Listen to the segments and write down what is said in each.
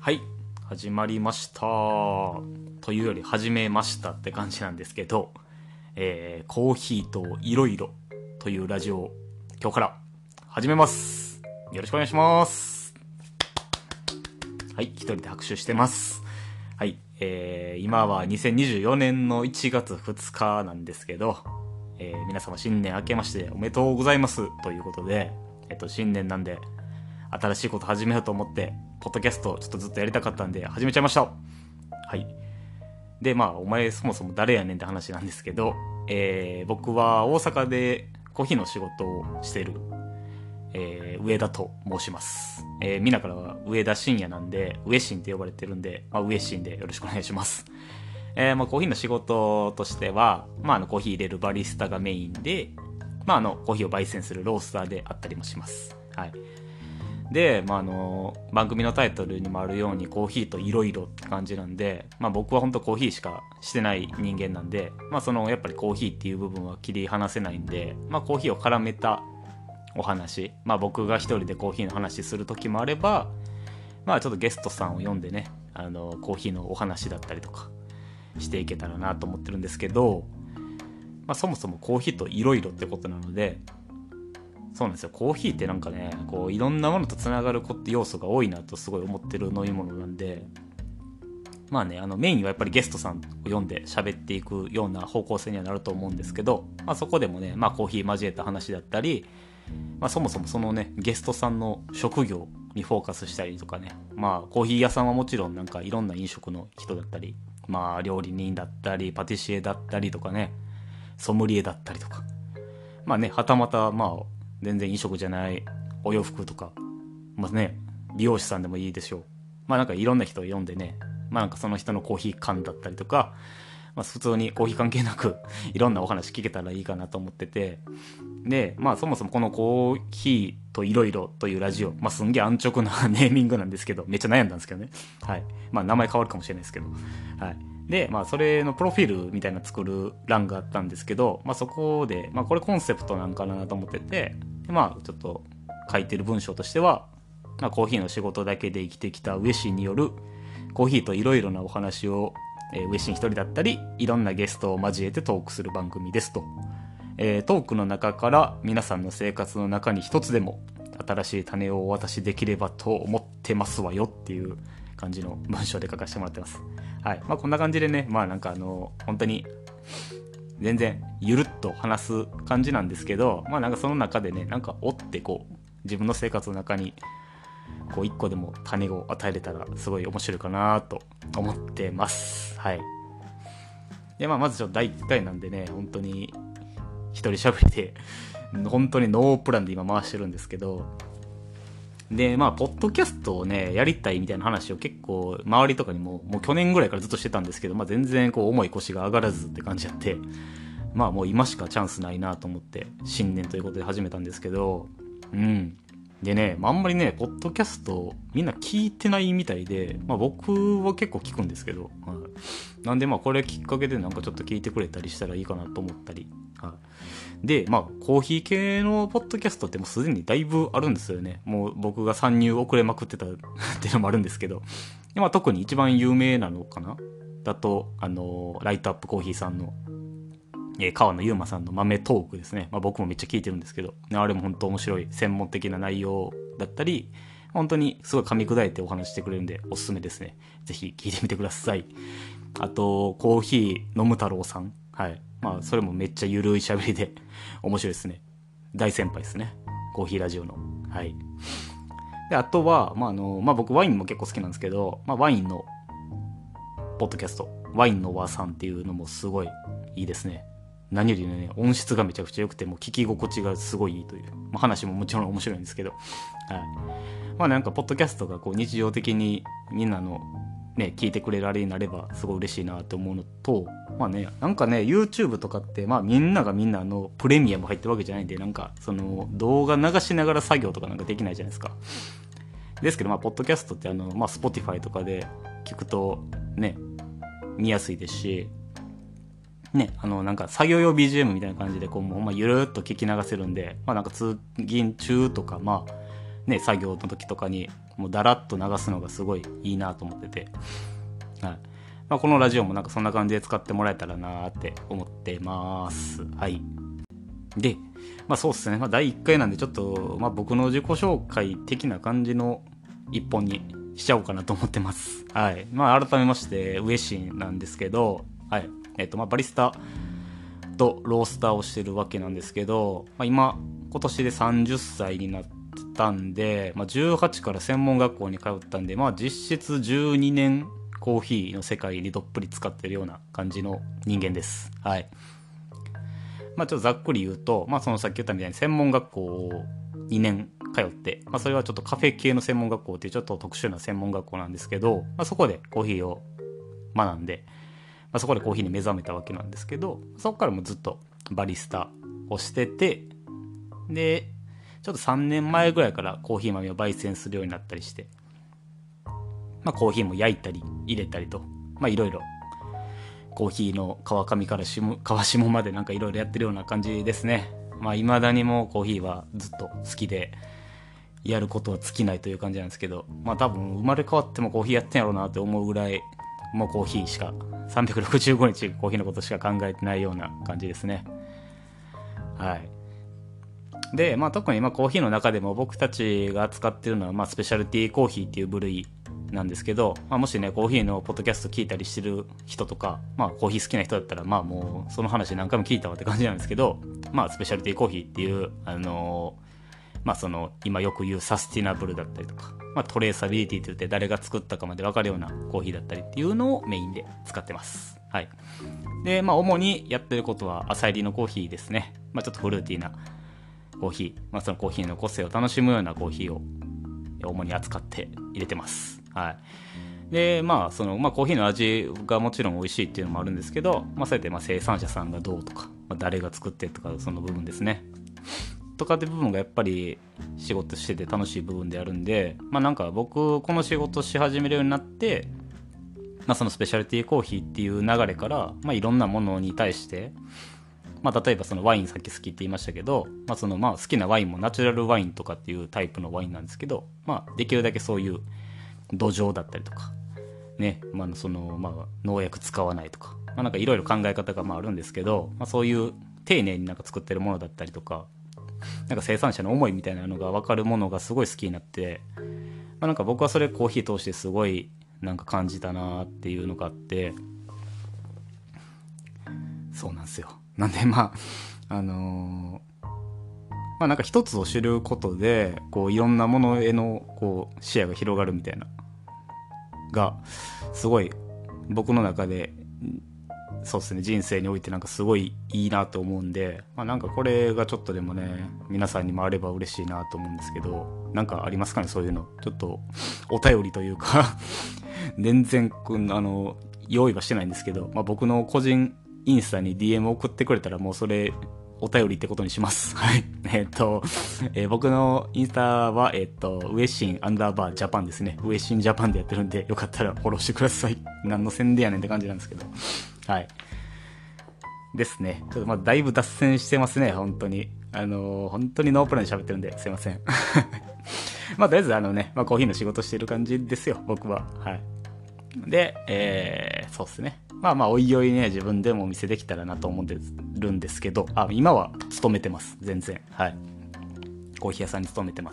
はい、始まりましたというより始めましたって感じなんですけど、コーヒーといろいろというラジオを今日から始めます。よろしくお願いします。はい、一人で拍手してます。はい、今は2024年の1月2日なんですけど、皆様新年明けましておめでとうございますということで、新年なんで新しいこと始めようと思ってポッドキャストちょっとずっとやりたかったんで始めちゃいました。はい。で、お前そもそも誰やねんって話なんですけど、僕は大阪でコーヒーの仕事をしている、上田と申します。みんなからは上田晋也なんで上晋って呼ばれてるんで、上晋でよろしくお願いします。コーヒーの仕事としては、コーヒー入れるバリスタがメインで、コーヒーを焙煎するロースターであったりもします。はい。で、番組のタイトルにもあるようにコーヒーといろいろって感じなんで、僕は本当コーヒーしかしてない人間なんで、やっぱりコーヒーっていう部分は切り離せないんで、コーヒーを絡めたお話、僕が一人でコーヒーの話する時もあれば、ちょっとゲストさんを呼んでね、コーヒーのお話だったりとかしていけたらなと思ってるんですけど、そもそもコーヒーといろいろってことなので、そうなんですよ。コーヒーってなんかね、こういろんなものとつながる要素が多いなとすごい思ってる飲み物なんで、メインはやっぱりゲストさんを呼んで喋っていくような方向性にはなると思うんですけど、そこでもね、コーヒー交えた話だったり、そもそもそのね、ゲストさんの職業にフォーカスしたりとかね、コーヒー屋さんはもちろんなんかいろんな飲食の人だったり、料理人だったり、パティシエだったりとかね、ソムリエだったりとか、はたまた全然飲食じゃないお洋服とか、美容師さんでもいいでしょう。なんかいろんな人を呼んでね、なんかその人のコーヒー感だったりとか、普通にコーヒー関係なくいろんなお話聞けたらいいかなと思ってて、で、そもそもこのコーヒーといろいろというラジオ、すんげえ安直なネーミングなんですけど、めっちゃ悩んだんですけどね。はい。名前変わるかもしれないですけど。はい。で、それのプロフィールみたいな作る欄があったんですけど、そこで、これコンセプトなんかなと思ってて、で、ちょっと書いてる文章としては、コーヒーの仕事だけで生きてきた上司によるコーヒーといろいろなお話を、上司一人だったり、いろんなゲストを交えてトークする番組ですと。トークの中から皆さんの生活の中に一つでも新しい種をお渡しできればと思ってますわよっていう感じの文章で書かせてもらってます。はい。こんな感じでね、本当に全然ゆるっと話す感じなんですけど、その中でね、追って自分の生活の中に一個でも種を与えれたらすごい面白いかなと思ってます。はい。で、まずちょっと第1回なんでね、本当に一人喋りで、本当にノープランで今回してるんですけど、で、ポッドキャストをね、やりたいみたいな話を結構、周りとかにもう去年ぐらいからずっとしてたんですけど、全然重い腰が上がらずって感じやって、もう今しかチャンスないなと思って、新年ということで始めたんですけど、でね、あんまりね、ポッドキャストみんな聞いてないみたいで、僕は結構聞くんですけど、なんでこれきっかけでなんかちょっと聞いてくれたりしたらいいかなと思ったり、で、コーヒー系のポッドキャストってもうすでにだいぶあるんですよね。もう僕が参入遅れまくってたっていうのもあるんですけど、で特に一番有名なのかなだと、ライトアップコーヒーさんの、川野ゆうまさんの豆トークですね。僕もめっちゃ聞いてるんですけど、あれも本当面白い専門的な内容だったり、本当にすごい噛み砕いてお話してくれるんでおすすめですね。ぜひ聞いてみてください。あと、コーヒー飲む太郎さん。はい。それもめっちゃゆるい喋りで面白いですね。大先輩ですね。コーヒーラジオの。はい。で、あとは、僕ワインも結構好きなんですけど、ワインのポッドキャスト、ワインの和さんっていうのもすごいいいですね。何よりね、音質がめちゃくちゃ良くて、もう聞き心地がすごいいいという。話ももちろん面白いんですけど。はい。なんか、ポッドキャストが日常的にみんなのね、聞いてくれるあれになればすごい嬉しいなって思うのと、なんかね、YouTube とかって、みんながみんなプレミアム入ってるわけじゃないんで、なんか、その、動画流しながら作業とかなんかできないじゃないですか。ですけど、ポッドキャストってSpotify とかで聞くと、ね、見やすいですし、ね、なんか作業用 BGM みたいな感じで、もうゆるーっと聞き流せるんで、なんか通勤中とか、 ね、作業の時とかにもうだらっと流すのがすごいいいなと思ってて、はい。まあ、このラジオもなんかそんな感じで使ってもらえたらなって思ってます。はい。で、まあそうですね。まあ第1回なんでちょっと、まあ僕の自己紹介的な感じの一本にしちゃおうかなと思ってます。はい。まあ改めまして、ウエシンなんですけど、はい。まあバリスタとロースターをしてるわけなんですけど、まあ今年で30歳になったんで、まあ18から専門学校に通ったんで、まあ実質12年コーヒーの世界にどっぷり使ってるような感じの人間です。はい。まあちょっとざっくり言うと、まあそのさっき言ったみたいに専門学校を2年通って、まあそれはちょっとカフェ系の専門学校っていうちょっと特殊な専門学校なんですけど、まあそこでコーヒーを学んで、まあそこでコーヒーに目覚めたわけなんですけど、そこからもずっとバリスタをしてて、で、ちょっと3年前ぐらいからコーヒー豆を焙煎するようになったりして、まあコーヒーも焼いたり入れたりと、まあいろいろコーヒーの川上から川下までなんかいろいろやってるような感じですね。まあ未だにもコーヒーはずっと好きで、やることは尽きないという感じなんですけど、まあ多分生まれ変わってもコーヒーやってんやろうなって思うぐらい、もうコーヒーしか、365日コーヒーのことしか考えてないような感じですね。はい。で、まあ特にまあコーヒーの中でも僕たちが扱ってるのはまあスペシャルティーコーヒーっていう部類なんですけど、まあ、もしねコーヒーのポッドキャスト聞いたりしてる人とか、まあコーヒー好きな人だったらまあもうその話何回も聞いたわって感じなんですけど、まあスペシャルティーコーヒーっていうまあその今よく言うサスティナブルだったりとか、まあトレーサビリティって言って誰が作ったかまで分かるようなコーヒーだったりっていうのをメインで使ってます。はい。で、まあ主にやってることは浅入りのコーヒーですね。まあちょっとフルーティーなコーヒー、まあそのコーヒーの個性を楽しむようなコーヒーを主に扱って入れてます。はい。で、まあ、コーヒーの味がもちろん美味しいっていうのもあるんですけど、まあ、そうやって生産者さんがどうとか、まあ、誰が作ってとか、その部分ですね。とかって部分がやっぱり仕事してて楽しい部分であるんで、まあなんか僕、この仕事し始めるようになって、まあそのスペシャルティーコーヒーっていう流れから、まあいろんなものに対して、まあ例えばそのワインさっき好きって言いましたけど、まあまあ好きなワインもナチュラルワインとかっていうタイプのワインなんですけど、まあできるだけそういう土壌だったりとか、ね、まあ農薬使わないとか、まあなんかいろいろ考え方がまああるんですけど、まあそういう丁寧になんか作ってるものだったりとか、なんか生産者の思いみたいなのが分かるものがすごい好きになって、まあなんか僕はそれコーヒー通してすごいなんか感じたなっていうのがあって、そうなんですよ。なんでまあ、まあなんか一つを知ることで、こういろんなものへのこう視野が広がるみたいな、が、すごい僕の中で、そうですね、人生においてなんかすごいいいなと思うんで、まあなんかこれがちょっとでもね、皆さんにもあれば嬉しいなと思うんですけど、なんかありますかね、そういうの。ちょっとお便りというか全然、用意はしてないんですけど、まあ僕の個人インスタに DM 送ってくれたらもうそれお便りってことにします。はい。僕のインスタは、ウェシンアンダーバージャパンですね。ウェシンジャパンでやってるんで、よかったらフォローしてください。何の宣伝やねんって感じなんですけど。はい。ですね。ちょっとまあ、だいぶ脱線してますね、本当に。本当にノープランで喋ってるんで、すいません。まあ、とりあえずまあ、コーヒーの仕事してる感じですよ、僕は。はい。で、そうっすね。まあまあ、おいおいね、自分でもお店できたらなと思ってるんですけど、今は勤めてます。全然。はい。コーヒー屋さんに勤めてます。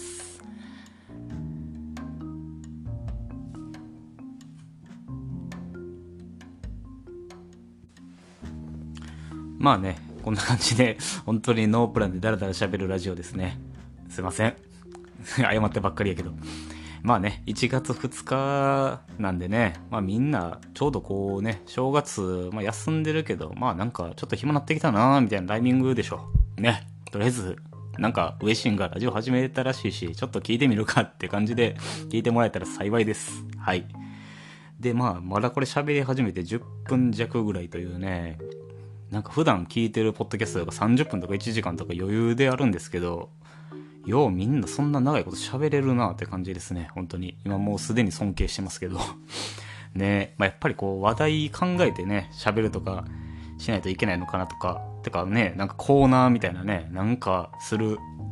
まあね、こんな感じで、本当にノープランでダラダラ喋るラジオですね。すいません。謝ってばっかりやけど。まあね、1月2日なんでね、まあみんなちょうどこうね、正月、まあ休んでるけど、まあなんかちょっと暇なってきたなーみたいなタイミングでしょ。ね。とりあえず、なんかウェシンがラジオ始めたらしいし、ちょっと聞いてみるかって感じで聞いてもらえたら幸いです。はい。で、まあまだこれ喋り始めて10分弱ぐらいというね、なんか普段聞いてるポッドキャストが30分とか1時間とか余裕であるんですけど、ようみんなそんな長いこと喋れるなって感じですね、本当に。今もうすでに尊敬してますけど。ね、まあ、やっぱりこう話題考えてね、喋るとかしないといけないのかなとか、てかね、なんかコーナーみたいなね、なんかする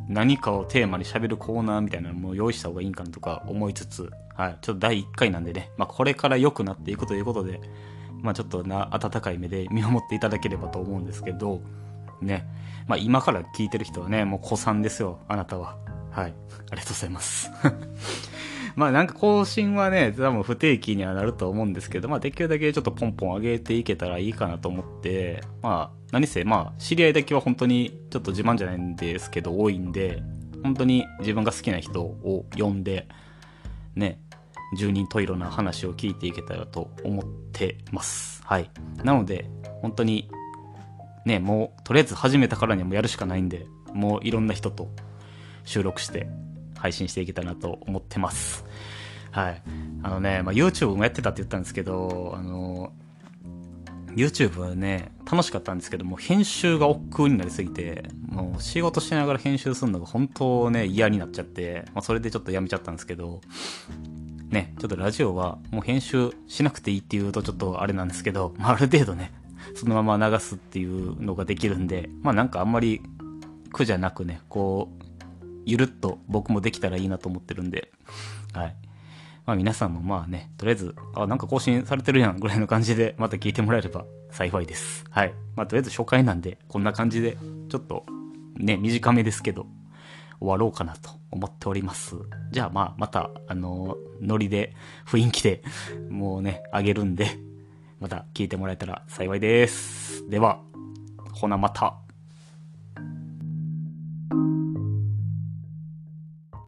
何かをテーマに喋るコーナーみたいなのも用意した方がいいんかなとか思いつつ、はい、ちょっと第1回なんでね、これから良くなっていくということで、ちょっと温かい目で見守っていただければと思うんですけど、ね、今から聞いてる人はね、もう子さんですよ、あなたは。はい、ありがとうございます。なんか更新はね、多分不定期にはなると思うんですけど、できるだけちょっとポンポン上げていけたらいいかなと思って、何せ、知り合いだけは本当にちょっと自慢じゃないんですけど、多いんで、本当に自分が好きな人を呼んで、ね、十人十色な話を聞いていけたらと思ってます。はい。なので、本当に、ね、もう、とりあえず始めたからにはもうやるしかないんで、もういろんな人と収録して、配信していけたらなと思ってます。はい。YouTube もやってたって言ったんですけど、YouTube はね、楽しかったんですけども、編集が億劫になりすぎて、もう仕事しながら編集するのが本当ね、嫌になっちゃって、それでちょっとやめちゃったんですけど、ね、ちょっとラジオはもう編集しなくていいっていうとちょっとあれなんですけど、ある程度ね、そのまま流すっていうのができるんで、なんかあんまり苦じゃなくね、こう、ゆるっと僕もできたらいいなと思ってるんで、はい。皆さんもとりあえず、なんか更新されてるやんぐらいの感じでまた聞いてもらえれば幸いです。はい。とりあえず初回なんで、こんな感じで、ちょっとね、短めですけど、終わろうかなと思っております。じゃあまた、ノリで、雰囲気で、もうね、あげるんで、また聞いてもらえたら幸いです。では、ほなまた。